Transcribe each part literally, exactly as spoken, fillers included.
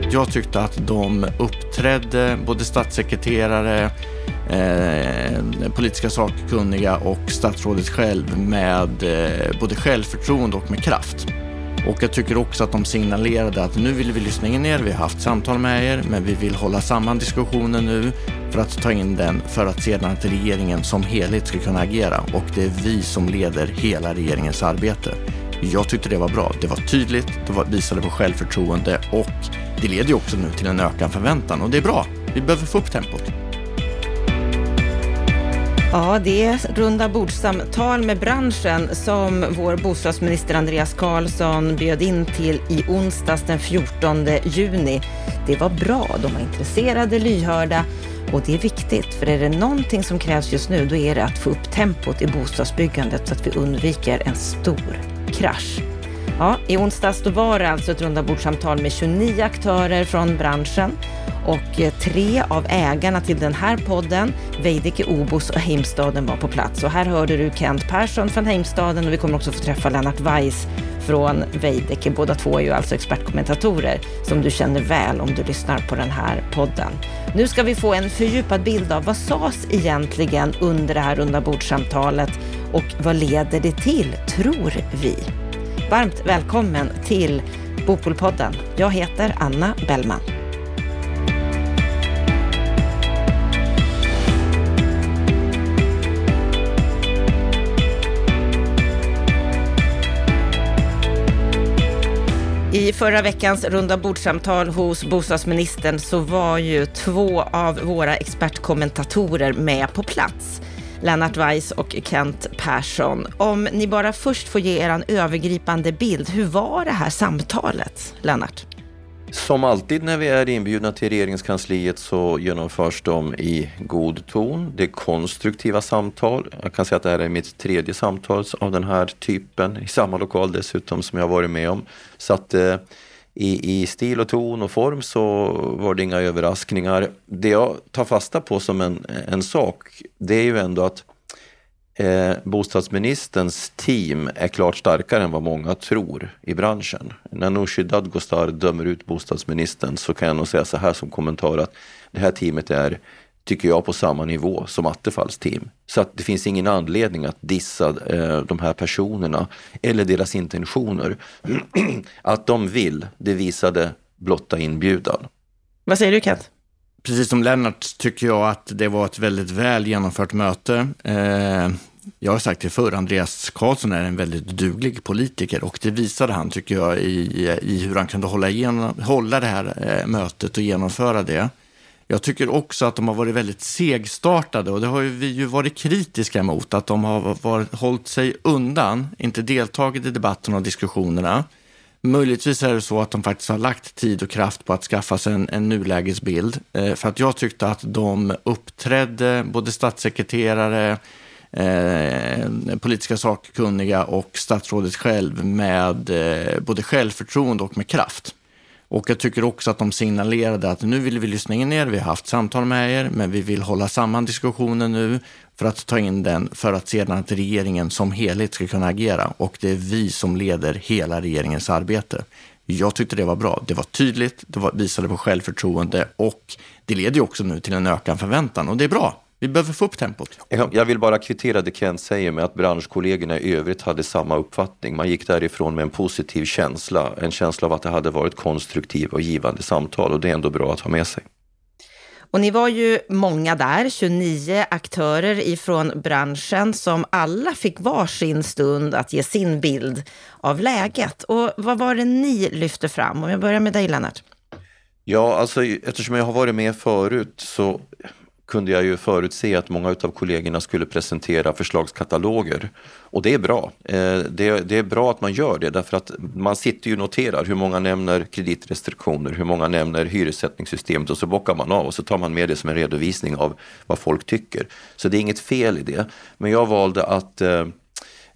Jag tyckte att de uppträdde, både statssekreterare, eh, politiska sakkunniga och statsrådet själv, med eh, både självförtroende och med kraft. Och jag tycker också att de signalerade att nu vill vi lyssna in er, vi har haft samtal med er, men vi vill hålla samman diskussionen nu för att ta in den, för att sedan att regeringen som helhet ska kunna agera. Och det är vi som leder hela regeringens arbete. Jag tyckte det var bra. Det var tydligt, det var, visade på självförtroende, och det leder ju också nu till en ökad förväntan. Och det är bra. Vi behöver få upp tempot. Ja, det är runda bordssamtal med branschen som vår bostadsminister Andreas Carlson bjöd in till i onsdags den fjortonde juni. Det var bra, de var intresserade, lyhörda, och det är viktigt, för är det någonting som krävs just nu, då är det att få upp tempot i bostadsbyggandet så att vi undviker en stor krasch. Ja, i onsdags då var det alltså ett runda bordssamtal med tjugonio aktörer från branschen, och tre av ägarna till den här podden, Veidekke, Obos och Heimstaden, var på plats. Och här hörde du Kent Persson från Heimstaden, och vi kommer också få träffa Lennart Weiss från Veidekke. Båda två är ju alltså expertkommentatorer som du känner väl om du lyssnar på den här podden. Nu ska vi få en fördjupad bild av vad sades egentligen under det här runda bordssamtalet, och vad leder det till, tror vi. Varmt välkommen till Bopolpodden. Jag heter Anna Bellman. I förra veckans runda bordssamtal hos bostadsministern så var ju två av våra expertkommentatorer med på plats. Lennart Weiss och Kent Persson. Om ni bara först får ge er en övergripande bild, hur var det här samtalet, Lennart? Som alltid när vi är inbjudna till regeringskansliet så genomförs de i god ton. Det är konstruktiva samtal. Jag kan säga att det här är mitt tredje samtal av den här typen i samma lokal dessutom som jag har varit med om. Så att eh, i, i stil och ton och form så var det inga överraskningar. Det jag tar fasta på som en, en sak, det är ju ändå att Eh, bostadsministerns team är klart starkare än vad många tror i branschen. När Nooshi Dadgostar dömer ut bostadsministern så kan jag nog säga så här som kommentar att det här teamet är, tycker jag, på samma nivå som Attefalls team. Så att det finns ingen anledning att dissa eh, de här personerna eller deras intentioner. Att de vill, det visade blotta inbjudan. Vad säger du, Kent? Precis som Lennart tycker jag att det var ett väldigt väl genomfört möte. Eh, jag har sagt det förr, Andreas Carlson är en väldigt duglig politiker, och det visade han, tycker jag, i, i hur han kunde hålla, igenom, hålla det här eh, mötet och genomföra det. Jag tycker också att de har varit väldigt segstartade, och det har ju vi ju varit kritiska mot, att de har varit, hållit sig undan, inte deltagit i debatten och diskussionerna. Möjligtvis är det så att de faktiskt har lagt tid och kraft på att skaffa sig en, en nulägesbild. Eh, för att jag tyckte att de uppträdde, både statssekreterare, eh, politiska sakkunniga och statsrådet själv, med eh, både självförtroende och med kraft. Och jag tycker också att de signalerade att nu vill vi lyssna in er, vi har haft samtal med er, men vi vill hålla samman diskussionen nu för att ta in den, för att sedan att regeringen som helhet ska kunna agera. Och det är vi som leder hela regeringens arbete. Jag tyckte det var bra. Det var tydligt, det var, visade på självförtroende, och det leder ju också nu till en ökad förväntan. Och det är bra. Vi behöver få upp tempot. Jag vill bara kvittera det Kent säger med att branschkollegorna i övrigt hade samma uppfattning. Man gick därifrån med en positiv känsla. En känsla av att det hade varit konstruktiv och givande samtal, och det är ändå bra att ha med sig. Och ni var ju många där, tjugonio aktörer ifrån branschen, som alla fick varsin stund att ge sin bild av läget. Och vad var det ni lyfte fram? Om jag börjar med dig, Lennart. Ja, alltså eftersom jag har varit med förut så kunde jag ju förutse att många av kollegorna skulle presentera förslagskataloger. Och det är bra. Det, det är bra att man gör det, därför att man sitter ju och noterar hur många nämner kreditrestriktioner, hur många nämner hyressättningssystemet, och så bockar man av och så tar man med det som en redovisning av vad folk tycker. Så det är inget fel i det. Men jag valde att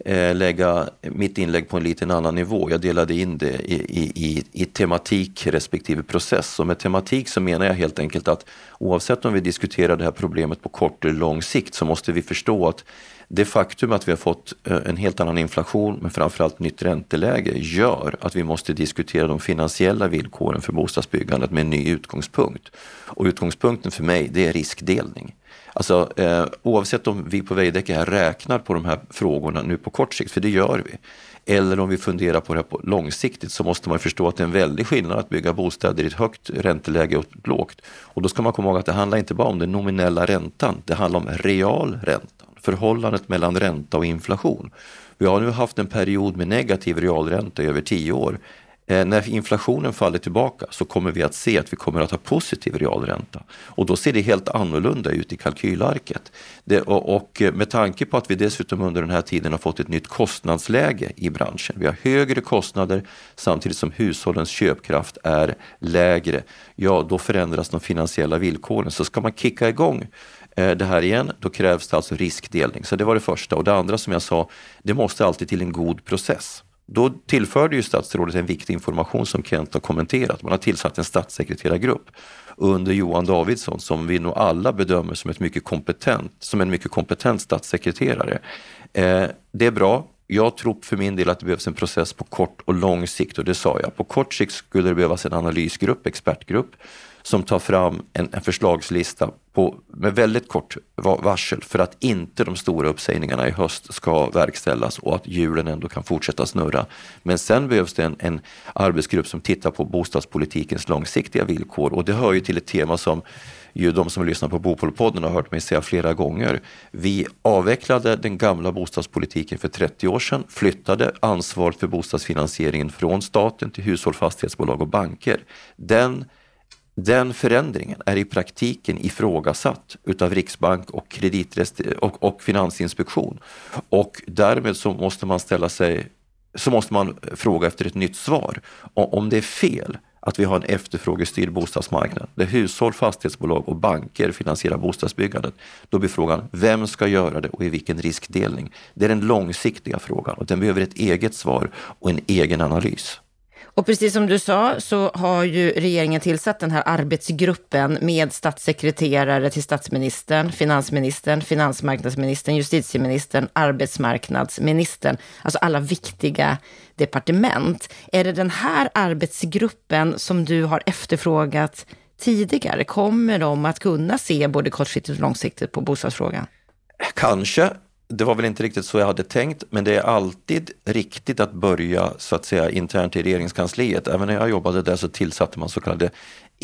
eh, lägga mitt inlägg på en liten annan nivå. Jag delade in det i, i, i, i tematik respektive process. Och med tematik så menar jag helt enkelt att oavsett om vi diskuterar det här problemet på kort eller lång sikt så måste vi förstå att det faktum att vi har fått en helt annan inflation men framförallt nytt ränteläge gör att vi måste diskutera de finansiella villkoren för bostadsbyggandet med en ny utgångspunkt. Och utgångspunkten för mig, det är riskdelning. Alltså eh, oavsett om vi på Veidekke här räknar på de här frågorna nu på kort sikt, för det gör vi, eller om vi funderar på det här på långsiktigt, så måste man förstå att det är en väldig skillnad att bygga bostäder i ett högt ränteläge och ett lågt. Och då ska man komma ihåg att det handlar inte bara om den nominella räntan, det handlar om realräntan, förhållandet mellan ränta och inflation. Vi har nu haft en period med negativ realränta i över tio år. Eh, när inflationen faller tillbaka så kommer vi att se att vi kommer att ha positiv realränta. Och då ser det helt annorlunda ut i kalkylarket. Det, och, och med tanke på att vi dessutom under den här tiden har fått ett nytt kostnadsläge i branschen. Vi har högre kostnader samtidigt som hushållens köpkraft är lägre. Ja, då förändras de finansiella villkoren. Så ska man kicka igång det här igen, då krävs det alltså riskdelning. Så det var det första. Och det andra som jag sa, det måste alltid till en god process. Då tillförde ju statsrådet en viktig information som Kent har kommenterat. Man har tillsatt en statssekreterargrupp under Johan Davidsson som vi nog alla bedömer som, ett mycket kompetent, som en mycket kompetent statssekreterare. Eh, det är bra. Jag tror för min del att det behövs en process på kort och lång sikt, och det sa jag. På kort sikt skulle det behövas en analysgrupp, expertgrupp, som tar fram en, en förslagslista på, med väldigt kort varsel för att inte de stora uppsägningarna i höst ska verkställas och att hjulen ändå kan fortsätta snurra. Men sen behövs det en, en arbetsgrupp som tittar på bostadspolitikens långsiktiga villkor, och det hör ju till ett tema som ju de som lyssnar på Bopolpodden har hört mig säga flera gånger. Vi avvecklade den gamla bostadspolitiken för trettio år sedan, flyttade ansvaret för bostadsfinansieringen från staten till hushåll, fastighetsbolag och banker. Den Den förändringen är i praktiken ifrågasatt utav Riksbank och, kreditrest- och, och Finansinspektion. Och därmed så måste man ställa sig, så måste man fråga efter ett nytt svar. Och om det är fel att vi har en efterfrågestyrd bostadsmarknad där hushåll, fastighetsbolag och banker finansierar bostadsbyggandet, då blir frågan, vem ska göra det och i vilken riskdelning? Det är den långsiktiga frågan, och den behöver ett eget svar och en egen analys. Och precis som du sa så har ju regeringen tillsatt den här arbetsgruppen med statssekreterare till statsministern, finansministern, finansmarknadsministern, justitieministern, arbetsmarknadsministern. Alltså alla viktiga departement. Är det den här arbetsgruppen som du har efterfrågat tidigare? Kommer de att kunna se både kortsiktigt och långsiktigt på bostadsfrågan? Kanske. Det var väl inte riktigt så jag hade tänkt, men det är alltid riktigt att börja så att säga internt i regeringskansliet. Även när jag jobbade där så tillsatte man så kallade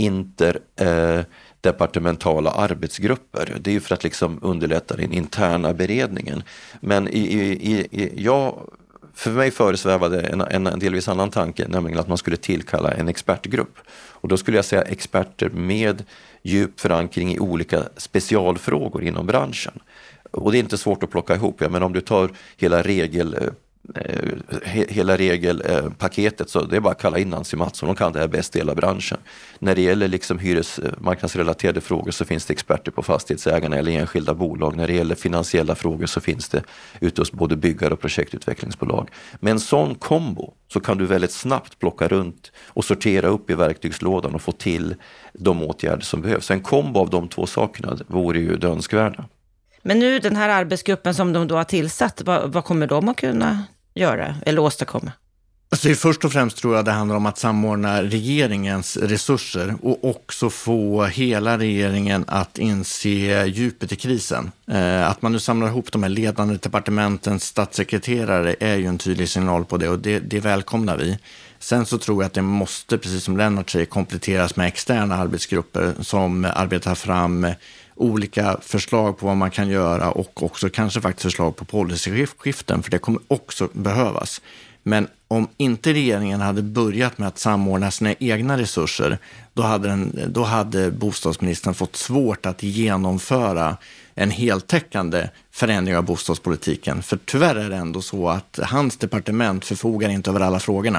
interdepartementala eh, arbetsgrupper. Det är ju för att liksom underlätta den interna beredningen. Men i, i, i, jag, för mig föresvävade en, en, en delvis annan tanke, nämligen att man skulle tillkalla en expertgrupp. Och då skulle jag säga experter med djup förankring i olika specialfrågor inom branschen. Och det är inte svårt att plocka ihop. Ja, men om du tar hela regel eh, hela regelpaketet, så det är bara att kalla in Nancy Mattsson. De kan det här bäst i hela branschen. När det gäller liksom hyresmarknadsrelaterade frågor så finns det experter på fastighetsägarna eller enskilda bolag. När det gäller finansiella frågor så finns det ute hos både byggare och projektutvecklingsbolag. Med en sån kombo så kan du väldigt snabbt plocka runt och sortera upp i verktygslådan och få till de åtgärder som behövs. Så en kombo av de två sakerna vore ju det önskvärda. Men nu den här arbetsgruppen som de då har tillsatt, vad, vad kommer de att kunna göra eller åstadkomma? Alltså, först och främst tror jag det handlar om att samordna regeringens resurser och också få hela regeringen att inse djupet i krisen. Eh, att man nu samlar ihop de här ledande departementens statssekreterare är ju en tydlig signal på det, och det, det välkomnar vi. Sen så tror jag att det måste, precis som Lennart säger, kompletteras med externa arbetsgrupper som arbetar fram olika förslag på vad man kan göra och också kanske faktiskt förslag på policyskiften, för det kommer också behövas. Men om inte regeringen hade börjat med att samordna sina egna resurser, då hade, den, då hade bostadsministern fått svårt att genomföra en heltäckande förändring av bostadspolitiken. För tyvärr är det ändå så att hans departement förfogar inte över alla frågorna.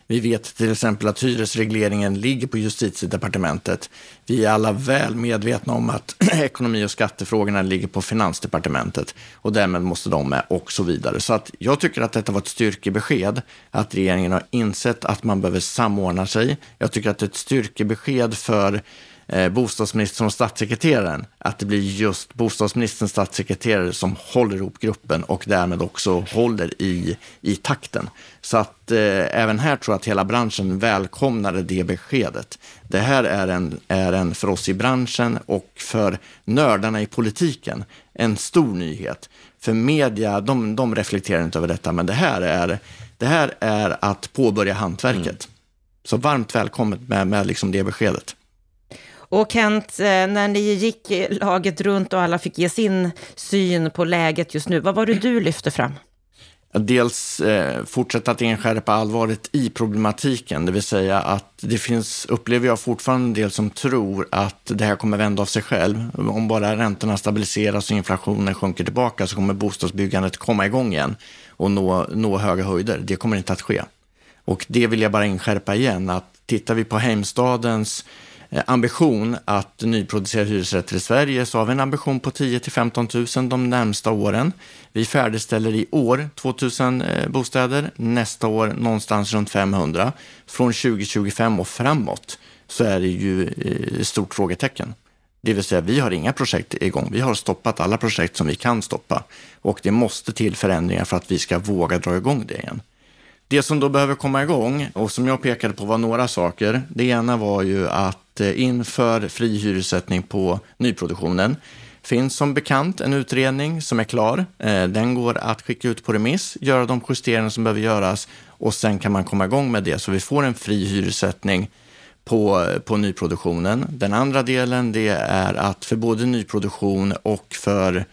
Vi vet till exempel att hyresregleringen ligger på Justitiedepartementet. Vi är alla väl medvetna om att ekonomi- och skattefrågorna ligger på Finansdepartementet och därmed måste de med och så vidare. Så att jag tycker att detta var ett styrkebesked, att regeringen har insett att man behöver samordna sig. Jag tycker att det är ett styrkebesked för eh, bostadsministern och statssekreteraren att det blir just bostadsministerns statssekreterare som håller ihop gruppen och därmed också håller i, i takten. Så att eh, även här tror jag att hela branschen välkomnade det beskedet. Det här är en, är en för oss i branschen och för nördarna i politiken en stor nyhet. För media, de, de reflekterar inte över detta, men det här är, det här är att påbörja hantverket. Mm. Så varmt välkommet med, med liksom det beskedet. Och Kent, när ni gick laget runt och alla fick ge sin syn på läget just nu, vad var det du lyfte fram? Dels eh, fortsätta att inskärpa allvaret i problematiken, det vill säga att det finns, upplever jag fortfarande en del som tror att det här kommer vända av sig själv. Om bara räntorna stabiliseras och inflationen sjunker tillbaka så kommer bostadsbyggandet komma igång igen och nå, nå höga höjder. Det kommer inte att ske. Och det vill jag bara inskärpa igen, att tittar vi på Heimstadens ambition att nyproducera hyresrätter i Sverige, så har vi en ambition på tio till femton tusen de närmsta åren. Vi färdigställer i år tvåtusen bostäder, nästa år någonstans runt femhundra. Från tjugo tjugofem och framåt så är det ju ett stort frågetecken. Det vill säga, vi har inga projekt igång. Vi har stoppat alla projekt som vi kan stoppa. Och det måste till förändringar för att vi ska våga dra igång det igen. Det som då behöver komma igång och som jag pekade på var några saker. Det ena var ju att inför fri hyressättning på nyproduktionen finns som bekant en utredning som är klar. Den går att skicka ut på remiss, göra de justeringar som behöver göras och sen kan man komma igång med det. Så vi får en fri hyressättning på, på nyproduktionen. Den andra delen, det är att för både nyproduktion och för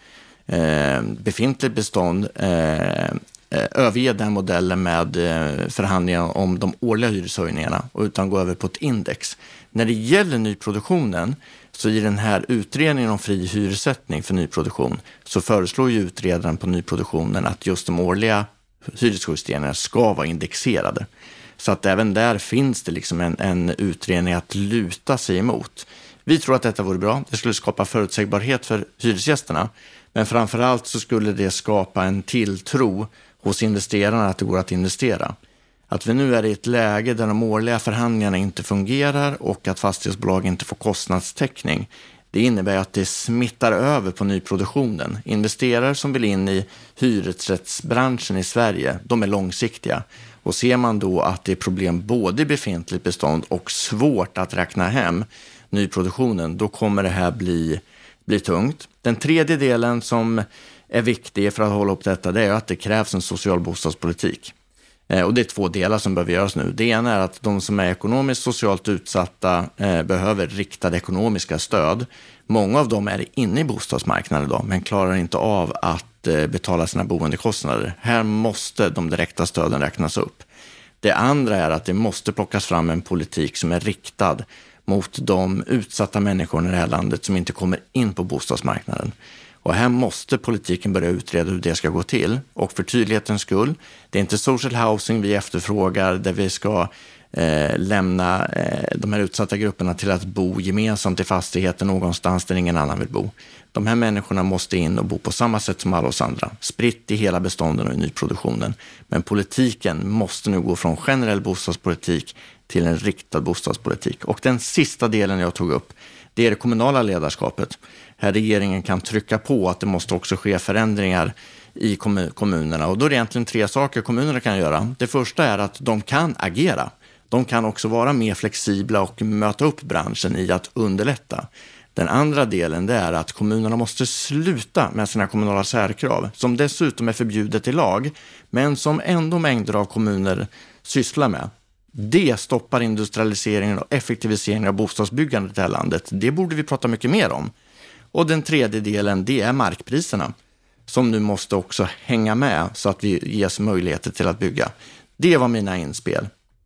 eh, befintligt bestånd eh, överge den modellen med förhandlingar om de årliga hyreshöjningarna och utan gå över på ett index. När det gäller nyproduktionen, så i den här utredningen om fri hyressättning för nyproduktion, så föreslår ju utredaren på nyproduktionen att just de årliga hyresjusteringarna ska vara indexerade. Så att även där finns det liksom en, en utredning att luta sig emot. Vi tror att detta vore bra. Det skulle skapa förutsägbarhet för hyresgästerna, men framförallt så skulle det skapa en tilltro hos investerarna att det går att investera. Att vi nu är i ett läge där de årliga förhandlingarna inte fungerar och att fastighetsbolag inte får kostnadstäckning, det innebär att det smittar över på nyproduktionen. Investerare som vill in i hyresrättsbranschen i Sverige, de är långsiktiga. Och ser man då att det är problem både i befintligt bestånd och svårt att räkna hem nyproduktionen, då kommer det här bli, bli tungt. Den tredje delen som är viktig för att hålla upp detta, det är att det krävs en social bostadspolitik. Eh, och det är två delar som behöver göras nu. Det ena är att de som är ekonomiskt socialt utsatta eh, behöver riktade ekonomiska stöd. Många av dem är inne i bostadsmarknaden idag men klarar inte av att eh, betala sina boendekostnader. Här måste de direkta stöden räknas upp. Det andra är att det måste plockas fram en politik som är riktad mot de utsatta människorna i det här landet som inte kommer in på bostadsmarknaden. Och här måste politiken börja utreda hur det ska gå till. Och för tydlighetens skull, det är inte social housing vi efterfrågar där vi ska eh, lämna eh, de här utsatta grupperna till att bo gemensamt i fastigheten någonstans där ingen annan vill bo. De här människorna måste in och bo på samma sätt som alla oss andra, spritt i hela bestånden och i nyproduktionen. Men politiken måste nu gå från generell bostadspolitik till en riktad bostadspolitik. Och den sista delen jag tog upp, det är det kommunala ledarskapet. Här regeringen kan trycka på att det måste också ske förändringar i kommunerna. Och då är det egentligen tre saker kommunerna kan göra. Det första är att de kan agera. De kan också vara mer flexibla och möta upp branschen i att underlätta. Den andra delen, det är att kommunerna måste sluta med sina kommunala särkrav, som dessutom är förbjudet i lag, men som ändå mängder av kommuner sysslar med. Det stoppar industrialiseringen och effektiviseringen av bostadsbyggandet i det här landet. Det borde vi prata mycket mer om. Och den tredje delen, det är markpriserna som nu måste också hänga med så att vi ges möjligheter till att bygga. Det var mina inspel.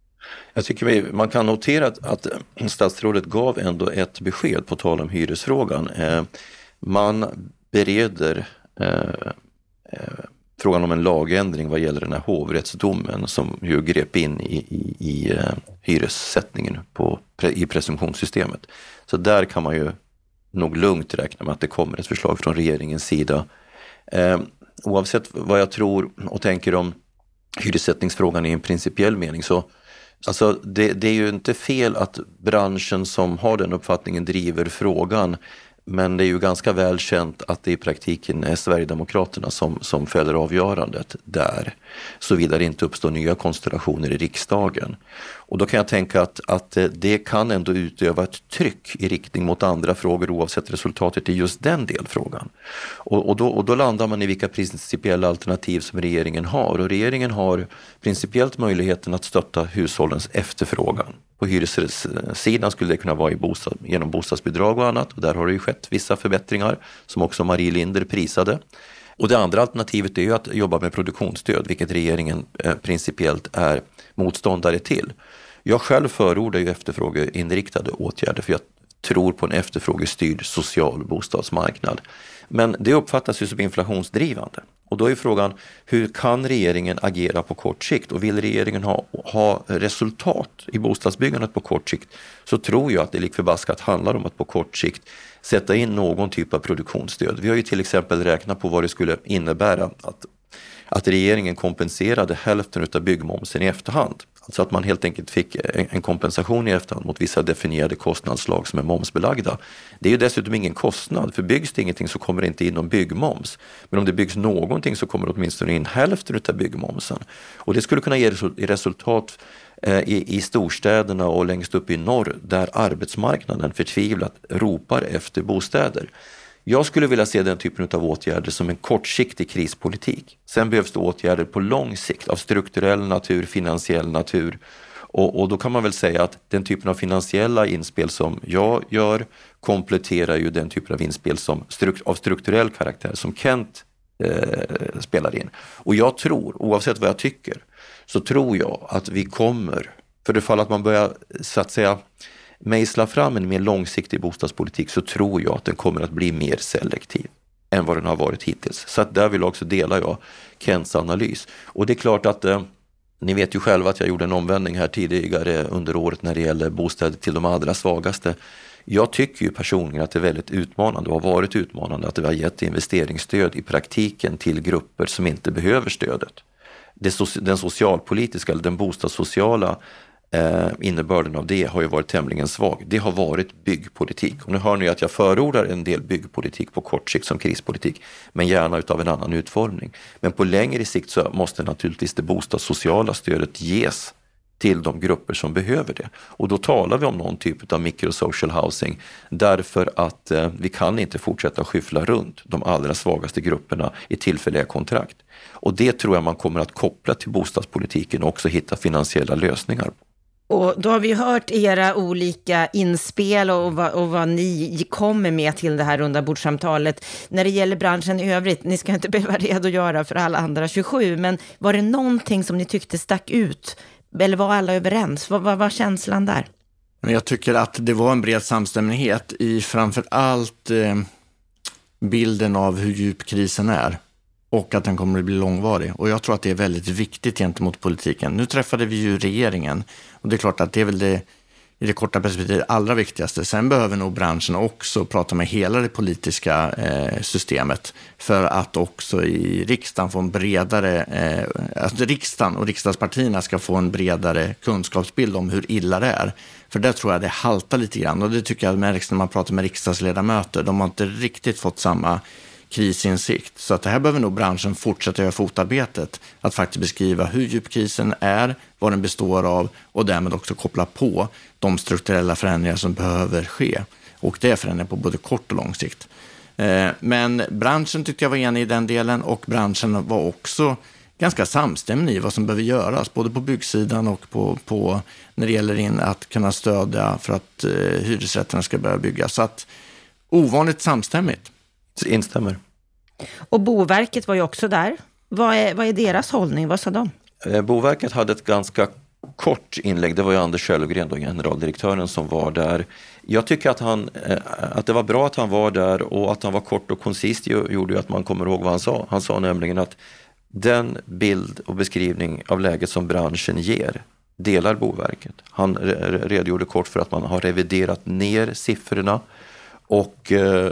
Jag tycker vi, man kan notera att, att statsrådet gav ändå ett besked på tal om hyresfrågan. Eh, man bereder eh, frågan om en lagändring vad gäller den här hovrättsdomen som ju grep in i, i, i uh, hyressättningen på, i presumtionssystemet. Så där kan man ju nog lugnt räkna med att det kommer ett förslag från regeringens sida. Eh, oavsett vad jag tror och tänker om hyressättningsfrågan i en principiell mening så alltså det, det är ju inte fel att branschen som har den uppfattningen driver frågan, men det är ju ganska välkänt att det i praktiken är Sverigedemokraterna som, som fäller avgörandet där, såvida det inte uppstår nya konstellationer i riksdagen. Och då kan jag tänka att, att det kan ändå utöva ett tryck i riktning mot andra frågor oavsett resultatet i just den delfrågan. Och, och, då, och då landar man i vilka principiella alternativ som regeringen har. Och regeringen har principiellt möjligheten att stötta hushållens efterfrågan. På hyressidan skulle det kunna vara i bostad, genom bostadsbidrag och annat. Och där har det ju skett vissa förbättringar som också Marie Linder prisade. Och det andra alternativet är ju att jobba med produktionsstöd, vilket regeringen eh, principiellt är motståndare till. Jag själv förordar ju efterfrågeinriktade åtgärder för jag tror på en efterfrågestyrd social bostadsmarknad. Men det uppfattas ju som inflationsdrivande. Och då är frågan, hur kan regeringen agera på kort sikt? Och vill regeringen ha, ha resultat i bostadsbyggandet på kort sikt, så tror jag att det lik förbaskat handlar om att på kort sikt sätta in någon typ av produktionsstöd. Vi har ju till exempel räknat på vad det skulle innebära att, att regeringen kompenserade hälften av byggmomsen i efterhand. Alltså att man helt enkelt fick en kompensation i efterhand mot vissa definierade kostnadsslag som är momsbelagda. Det är ju dessutom ingen kostnad, för byggs det ingenting så kommer det inte in någon byggmoms. Men om det byggs någonting så kommer det åtminstone in hälften av byggmomsen. Och det skulle kunna ge resultat i, i storstäderna och längst upp i norr där arbetsmarknaden förtvivlat ropar efter bostäder. Jag skulle vilja se den typen av åtgärder som en kortsiktig krispolitik. Sen behövs det åtgärder på lång sikt av strukturell natur, finansiell natur. Och, och då kan man väl säga att den typen av finansiella inspel som jag gör kompletterar ju den typen av inspel som struk- av strukturell karaktär som Kent eh, spelar in. Och jag tror, oavsett vad jag tycker, så tror jag att vi kommer, för det fall att man börjar så att säga mejsla fram en mer långsiktig bostadspolitik, så tror jag att den kommer att bli mer selektiv än vad den har varit hittills. Så att där vill också delar jag Kents analys. Och det är klart att eh, ni vet ju själva att jag gjorde en omvändning här tidigare under året när det gäller bostäder till de allra svagaste. Jag tycker ju personligen att det är väldigt utmanande och har varit utmanande att det har gett investeringsstöd i praktiken till grupper som inte behöver stödet. Det, den socialpolitiska eller den bostadssociala Eh, innebörden av det har ju varit tämligen svag. Det har varit byggpolitik. Och nu hör ni att jag förordar en del byggpolitik på kort sikt som krispolitik, men gärna utav en annan utformning. Men på längre sikt så måste naturligtvis det bostadssociala stödet ges till de grupper som behöver det. Och då talar vi om någon typ av microsocial housing, därför att eh, vi kan inte fortsätta skyffla runt de allra svagaste grupperna i tillfälliga kontrakt. Och det tror jag man kommer att koppla till bostadspolitiken och också hitta finansiella lösningar på. Och då har vi hört era olika inspel och vad, och vad ni kommer med till det här runda bordssamtalet. När det gäller branschen i övrigt, ni ska inte behöva redogöra för alla andra tjugosju, men var det någonting som ni tyckte stack ut? Eller var alla överens? Vad, vad var känslan där? Jag tycker att det var en bred samstämmighet i framför allt eh, bilden av hur djup krisen är. Och att den kommer att bli långvarig. Och jag tror att det är väldigt viktigt gentemot politiken. Nu träffade vi ju regeringen. Och det är klart att det är väl det i det korta perspektivet allra viktigaste. Sen behöver nog branschen också prata med hela det politiska eh, systemet. För att också i riksdagen få en bredare... Eh, att riksdagen och riksdagspartierna ska få en bredare kunskapsbild om hur illa det är. För där tror jag det haltar lite grann. Och det tycker jag märks när man pratar med riksdagsledamöter. De har inte riktigt fått samma krisinsikt. Så att det här behöver nog branschen fortsätta göra fotarbetet. Att faktiskt beskriva hur djup krisen är, vad den består av och därmed också koppla på de strukturella förändringar som behöver ske. Och det är förändringar på både kort och lång sikt. Men branschen tyckte jag var enig i den delen och branschen var också ganska samstämmig i vad som behöver göras. Både på byggsidan och på, på när det gäller in att kunna stödja för att hyresrätterna ska börja byggas. Så att ovanligt samstämmigt. Instämmer. Och Boverket var ju också där. Vad är, vad är deras hållning? Vad sa de? Boverket hade ett ganska kort inlägg. Det var ju Anders Kjellgren, då, generaldirektören, som var där. Jag tycker att, han, att det var bra att han var där och att han var kort och koncist gjorde ju att man kommer ihåg vad han sa. Han sa nämligen att Den bild och beskrivning av läget som branschen ger delar Boverket. Han redogjorde kort för att man har reviderat ner siffrorna och eh,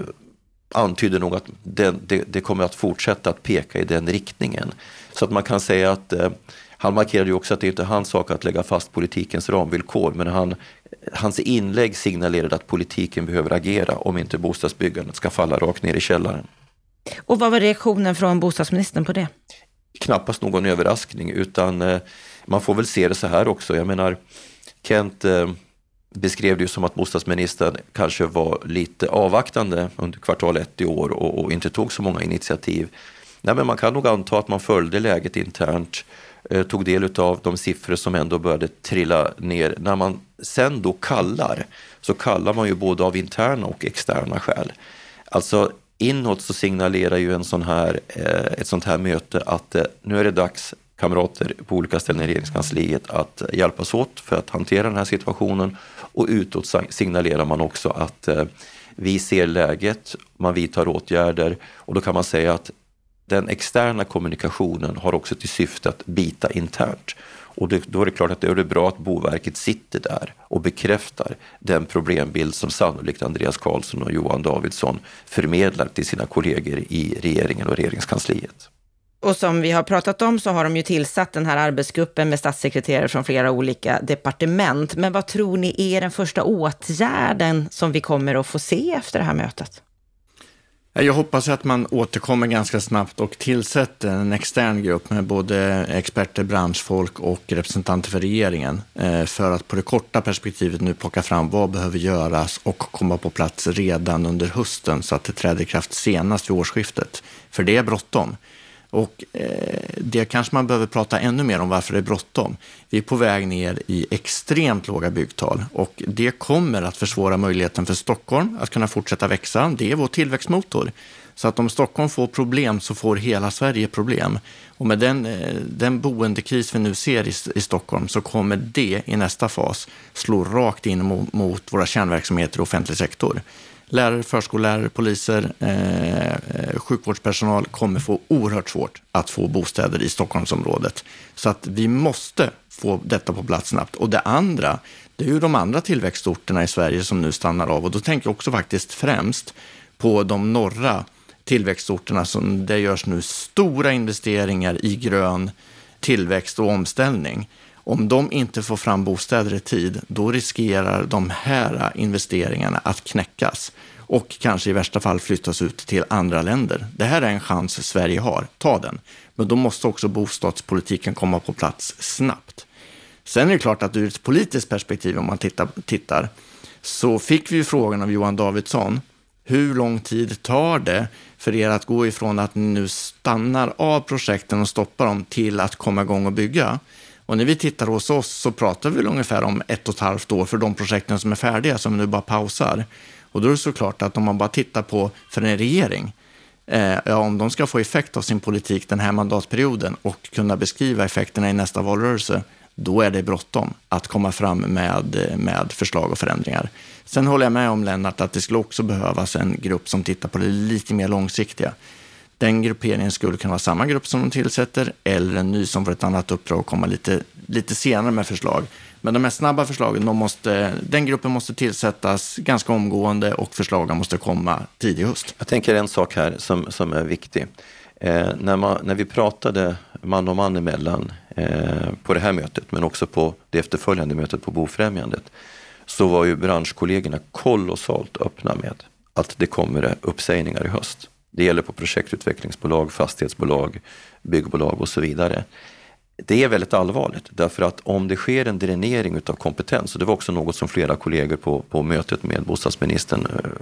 antyder nog att det, det, det kommer att fortsätta att peka i den riktningen. Så att man kan säga att eh, han markerade ju också att det inte är hans sak att lägga fast politikens ramvillkor, men han, hans inlägg signalerade att politiken behöver agera om inte bostadsbyggandet ska falla rakt ner i källaren. Och vad var reaktionen från bostadsministern på det? Knappast någon överraskning, utan eh, man får väl se det så här också. Jag menar, Kent eh, beskrev det ju som att bostadsministern kanske var lite avvaktande under kvartal ett i år och, och inte tog så många initiativ. Nej, men man kan nog anta att man följde läget internt, eh, tog del av de siffror som ändå började trilla ner. När man sen då kallar, så kallar man ju både av interna och externa skäl. Alltså inåt så signalerar ju en sån här, eh, ett sånt här möte att eh, nu är det dags, kamrater på olika ställen i regeringskansliet, att hjälpas åt för att hantera den här situationen, och utåt signalerar man också att eh, vi ser läget, man vidtar åtgärder, och då kan man säga att den externa kommunikationen har också till syfte att bita internt. Och det, då är det klart att det är det bra att Boverket sitter där och bekräftar den problembild som sannolikt Andreas Carlson och Johan Davidsson förmedlar till sina kollegor i regeringen och regeringskansliet. Och som vi har pratat om så har de ju tillsatt den här arbetsgruppen med statssekreterare från flera olika departement. Men vad tror ni är den första åtgärden som vi kommer att få se efter det här mötet? Jag hoppas att man återkommer ganska snabbt och tillsätter en extern grupp med både experter, branschfolk och representanter för regeringen för att på det korta perspektivet nu plocka fram vad behöver göras och komma på plats redan under hösten så att det träder i kraft senast vid årsskiftet. För det är bråttom. Och eh, det kanske man behöver prata ännu mer om varför det är bråttom. Vi är på väg ner i extremt låga byggtal och det kommer att försvåra möjligheten för Stockholm att kunna fortsätta växa. Det är vår tillväxtmotor. Så att om Stockholm får problem så får hela Sverige problem. Och med den, eh, den boendekris vi nu ser i, i Stockholm så kommer det i nästa fas slå rakt in mot, mot våra kärnverksamheter i offentlig sektor. Lärare, förskollärare, poliser, eh, sjukvårdspersonal kommer få oerhört svårt att få bostäder i Stockholmsområdet. Så att vi måste få detta på plats snabbt. Och det andra, det är ju de andra tillväxtorterna i Sverige som nu stannar av. Och då tänker jag också faktiskt främst på de norra tillväxtorterna som det görs nu stora investeringar i grön tillväxt och omställning. Om de inte får fram bostäder i tid, då riskerar de här investeringarna att knäckas och kanske i värsta fall flyttas ut till andra länder. Det här är en chans Sverige har. Ta den. Men då måste också bostadspolitiken komma på plats snabbt. Sen är det klart att ur ett politiskt perspektiv, om man tittar, tittar så fick vi ju frågan av Johan Davidsson. Hur lång tid tar det för er att gå ifrån att ni nu stannar av projekten och stoppar dem till att komma igång och bygga? Och när vi tittar hos oss så pratar vi ungefär om ett och ett halvt år för de projekten som är färdiga som nu bara pausar. Och då är det såklart att om man bara tittar på för en regering, eh, ja, om de ska få effekt av sin politik den här mandatperioden och kunna beskriva effekterna i nästa valrörelse, då är det bråttom att komma fram med, med förslag och förändringar. Sen håller jag med om, Lennart, att det skulle också behövas en grupp som tittar på det lite mer långsiktiga. Den grupperingen skulle kunna vara samma grupp som de tillsätter eller en ny som får ett annat uppdrag och komma lite, lite senare med förslag. Men de här snabba förslagen, de måste, den gruppen måste tillsättas ganska omgående och förslagen måste komma tidig höst. Jag tänker en sak här som, som är viktig. Eh, när, man, när vi pratade man och man emellan eh, på det här mötet men också på det efterföljande mötet på Bofrämjandet, så var ju branschkollegorna kolossalt öppna med att det kommer uppsägningar i höst. Det gäller på projektutvecklingsbolag, fastighetsbolag, byggbolag och så vidare. Det är väldigt allvarligt därför att om det sker en dränering av kompetens, och det var också något som flera kollegor på, på mötet med bostadsministern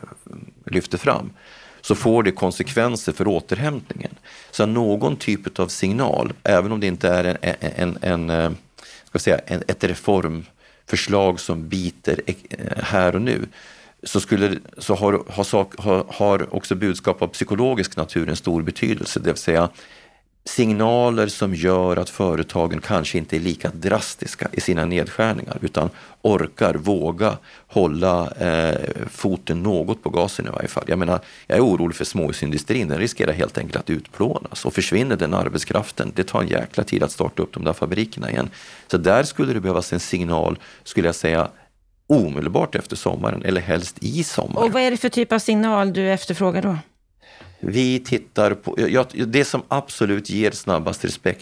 eh, lyfte fram, så får det konsekvenser för återhämtningen. Så någon typ av signal, även om det inte är en, en, en, en, ska säga, en, ett reformförslag som biter här och nu, så, skulle, så har, har, har, har också budskap av psykologisk natur en stor betydelse. Det vill säga, signaler som gör att företagen kanske inte är lika drastiska i sina nedskärningar utan orkar, våga hålla eh, foten något på gasen i varje fall. Jag menar, jag är orolig för småhusindustrin. Den riskerar helt enkelt att utplånas och försvinner den arbetskraften. Det tar en jäkla tid att starta upp de där fabrikerna igen. Så där skulle det behövas en signal, skulle jag säga, omedelbart efter sommaren eller helst i sommaren. Och vad är det för typ av signal du efterfrågar då? Vi tittar på, ja, det som absolut ger snabbast respekt,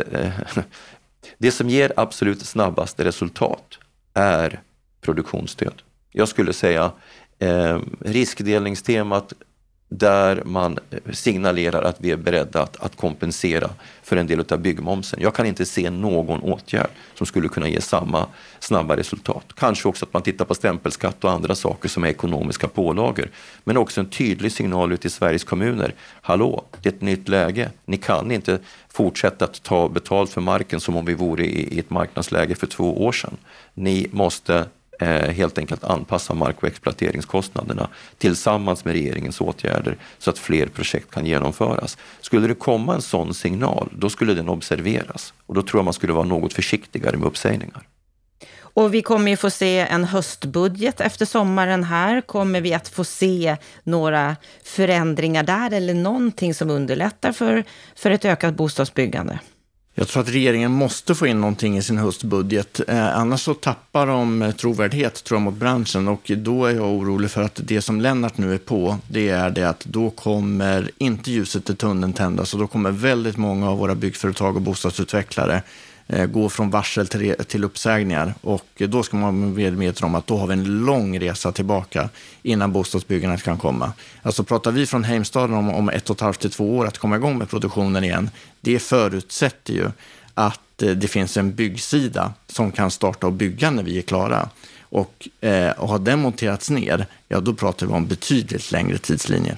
det som ger absolut snabbast resultat är produktionsstöd. Jag skulle säga eh, riskdelningstemat där man signalerar att vi är beredda att, att kompensera för en del av byggmomsen. Jag kan inte se någon åtgärd som skulle kunna ge samma snabba resultat. Kanske också att man tittar på stämpelskatt och andra saker som är ekonomiska pålagor. Men också en tydlig signal ut till Sveriges kommuner. Hallå, det är ett nytt läge. Ni kan inte fortsätta att ta betalt för marken som om vi vore i, i ett marknadsläge för två år sedan. Ni måste helt enkelt anpassa mark- och exploateringskostnaderna tillsammans med regeringens åtgärder så att fler projekt kan genomföras. Skulle det komma en sån signal, då skulle den observeras. Och då tror jag man skulle vara något försiktigare med uppsägningar. Och vi kommer ju få se en höstbudget efter sommaren här. Kommer vi att få se några förändringar där eller någonting som underlättar för, för ett ökat bostadsbyggande? Jag tror att regeringen måste få in någonting i sin höstbudget. Eh, annars så tappar de trovärdighet, tror jag, mot branschen. Och då är jag orolig för att det som Lennart nu är på, det är det att då kommer inte ljuset i tunneln tändas. Och då kommer väldigt många av våra byggföretag och bostadsutvecklare eh, gå från varsel till, till uppsägningar. Och då ska man vara medveten om att då har vi en lång resa tillbaka innan bostadsbyggandet kan komma. Alltså pratar vi från Heimstaden om, om ett och ett halvt till två år att komma igång med produktionen igen. Det förutsätter ju att det finns en byggsida som kan starta och bygga när vi är klara. Och, eh, och har den monterats ner, ja då pratar vi om betydligt längre tidslinjer.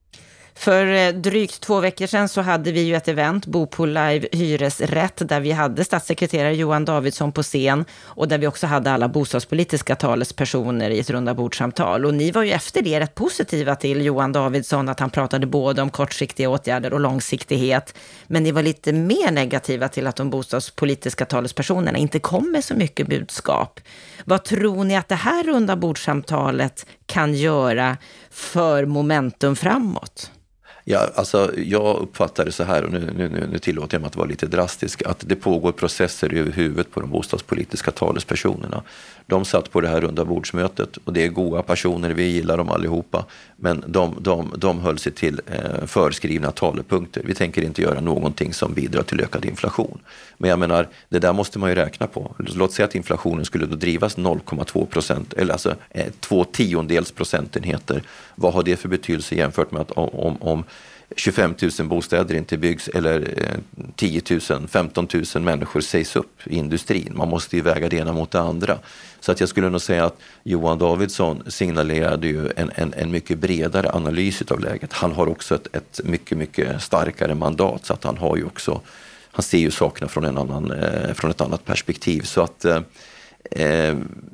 För drygt två veckor sedan så hade vi ju ett event, Bopo Live Hyresrätt, där vi hade statssekreterare Johan Davidsson på scen och där vi också hade alla bostadspolitiska talespersoner i ett rundabordssamtal. Och ni var ju efter det rätt positiva till Johan Davidsson, att han pratade både om kortsiktiga åtgärder och långsiktighet. Men ni var lite mer negativa till att de bostadspolitiska talespersonerna inte kom med så mycket budskap. Vad tror ni att det här rundabordssamtalet kan göra för momentum framåt? Ja, alltså jag uppfattar det så här, och nu, nu, nu tillåter jag mig att vara lite drastisk, att det pågår processer över huvudet på de bostadspolitiska talespersonerna. De satt på det här runda bordsmötet och det är goda personer, vi gillar dem allihopa, men de, de, de höll sig till eh, förskrivna talepunkter. Vi tänker inte göra någonting som bidrar till ökad inflation. Men jag menar, det där måste man ju räkna på. Låt säga att inflationen skulle då drivas noll komma två procent, eller alltså eh, två tiondels procentenheter. Vad har det för betydelse jämfört med att om, om tjugofem tusen bostäder inte byggs eller tio tusen, femton tusen människor sägs upp i industrin. Man måste ju väga det ena mot det andra. Så att jag skulle nog säga att Johan Davidsson signalerade ju en, en, en mycket bredare analys av läget. Han har också ett, ett mycket, mycket starkare mandat, så att han har ju också, han ser ju sakerna från, en annan, eh, från ett annat perspektiv. Så att eh,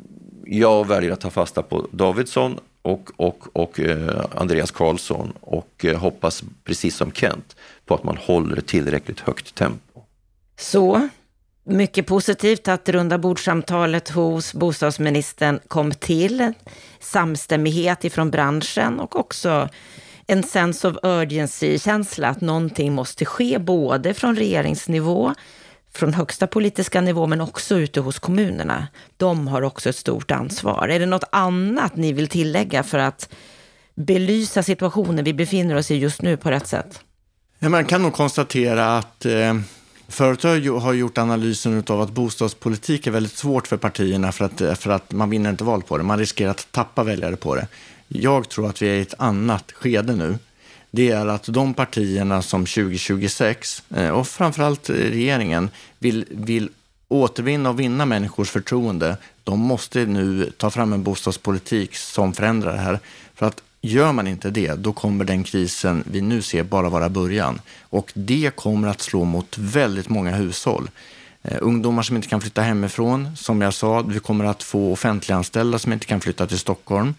jag väljer att ta fasta på Davidsson och, och, och eh, Andreas Karlsson och eh, hoppas precis som Kent på att man håller tillräckligt högt tempo. Så, mycket positivt att runda bordsamtalet hos bostadsministern kom till. Samstämmighet ifrån branschen och också en sense of urgency-känsla att någonting måste ske både från regeringsnivå, från högsta politiska nivå, men också ute hos kommunerna. De har också ett stort ansvar. Är det något annat ni vill tillägga för att belysa situationen vi befinner oss i just nu på rätt sätt? Ja, man kan nog konstatera att eh, företag har gjort analysen av att bostadspolitik är väldigt svårt för partierna för att, för att man vinner inte val på det. Man riskerar att tappa väljare på det. Jag tror att vi är i ett annat skede nu. Det är att de partierna som tjugo tjugosex och framförallt regeringen vill, vill återvinna och vinna människors förtroende. De måste nu ta fram en bostadspolitik som förändrar det här. För att gör man inte det, då kommer den krisen vi nu ser bara vara början. Och det kommer att slå mot väldigt många hushåll. Eh, ungdomar som inte kan flytta hemifrån, som jag sa, vi kommer att få offentliganställda som inte kan flytta till Stockholm.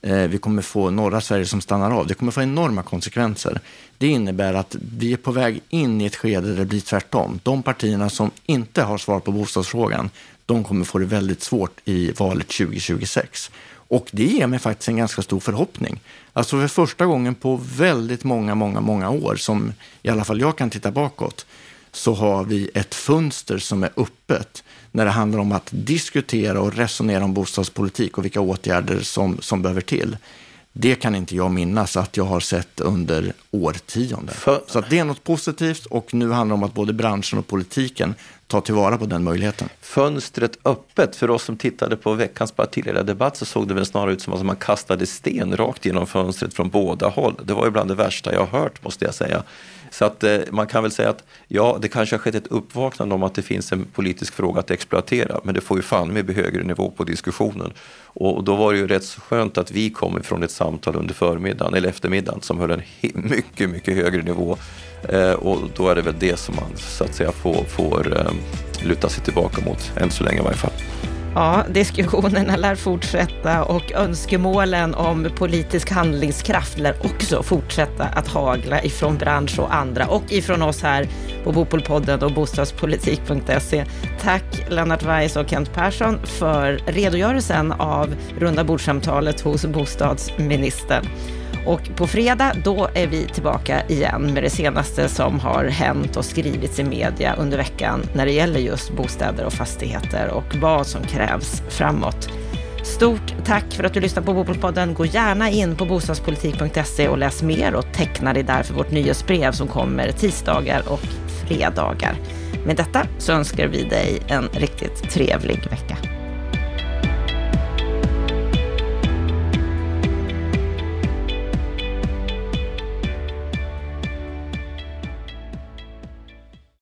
Vi kommer få norra Sverige som stannar av. Det kommer få enorma konsekvenser. Det innebär att vi är på väg in i ett skede där det blir tvärtom. De partierna som inte har svar på bostadsfrågan, de kommer få det väldigt svårt i valet tjugo tjugosex. Och det ger mig faktiskt en ganska stor förhoppning. Alltså för första gången på väldigt många, många, många år, som i alla fall jag kan titta bakåt, så har vi ett fönster som är öppet när det handlar om att diskutera och resonera om bostadspolitik och vilka åtgärder som, som behöver till. Det kan inte jag minnas att jag har sett under årtionden. För... Så att det är något positivt, och nu handlar det om att både branschen och politiken tar tillvara på den möjligheten. Fönstret öppet. För oss som tittade på veckans partiledardebatt så såg det väl snarare ut som att man kastade sten rakt genom fönstret från båda håll. Det var ju bland det värsta jag har hört, måste jag säga. Så att eh, man kan väl säga att ja, det kanske har skett ett uppvaknande om att det finns en politisk fråga att exploatera, men det får ju fan med bli högre nivå på diskussionen. Och, och då var det ju rätt så skönt att vi kom ifrån ett samtal under förmiddagen eller eftermiddagen som höll en he- mycket, mycket högre nivå. Eh, och då är det väl det som man så att säga får, får eh, luta sig tillbaka mot, än så länge i varje fall. Ja, diskussionerna lär fortsätta och önskemålen om politisk handlingskraft lär också fortsätta att hagla ifrån bransch och andra och ifrån oss här på Bopolpodden och bostadspolitik punkt se. Tack Lennart Weiss och Kent Persson för redogörelsen av runda bordsamtalet hos bostadsministern. Och på fredag då är vi tillbaka igen med det senaste som har hänt och skrivits i media under veckan när det gäller just bostäder och fastigheter och vad som krävs framåt. Stort tack för att du lyssnar på Bopolpodden. Gå gärna in på bostadspolitik punkt se och läs mer och teckna dig där för vårt nyhetsbrev som kommer tisdagar och fredagar. Med detta så önskar vi dig en riktigt trevlig vecka.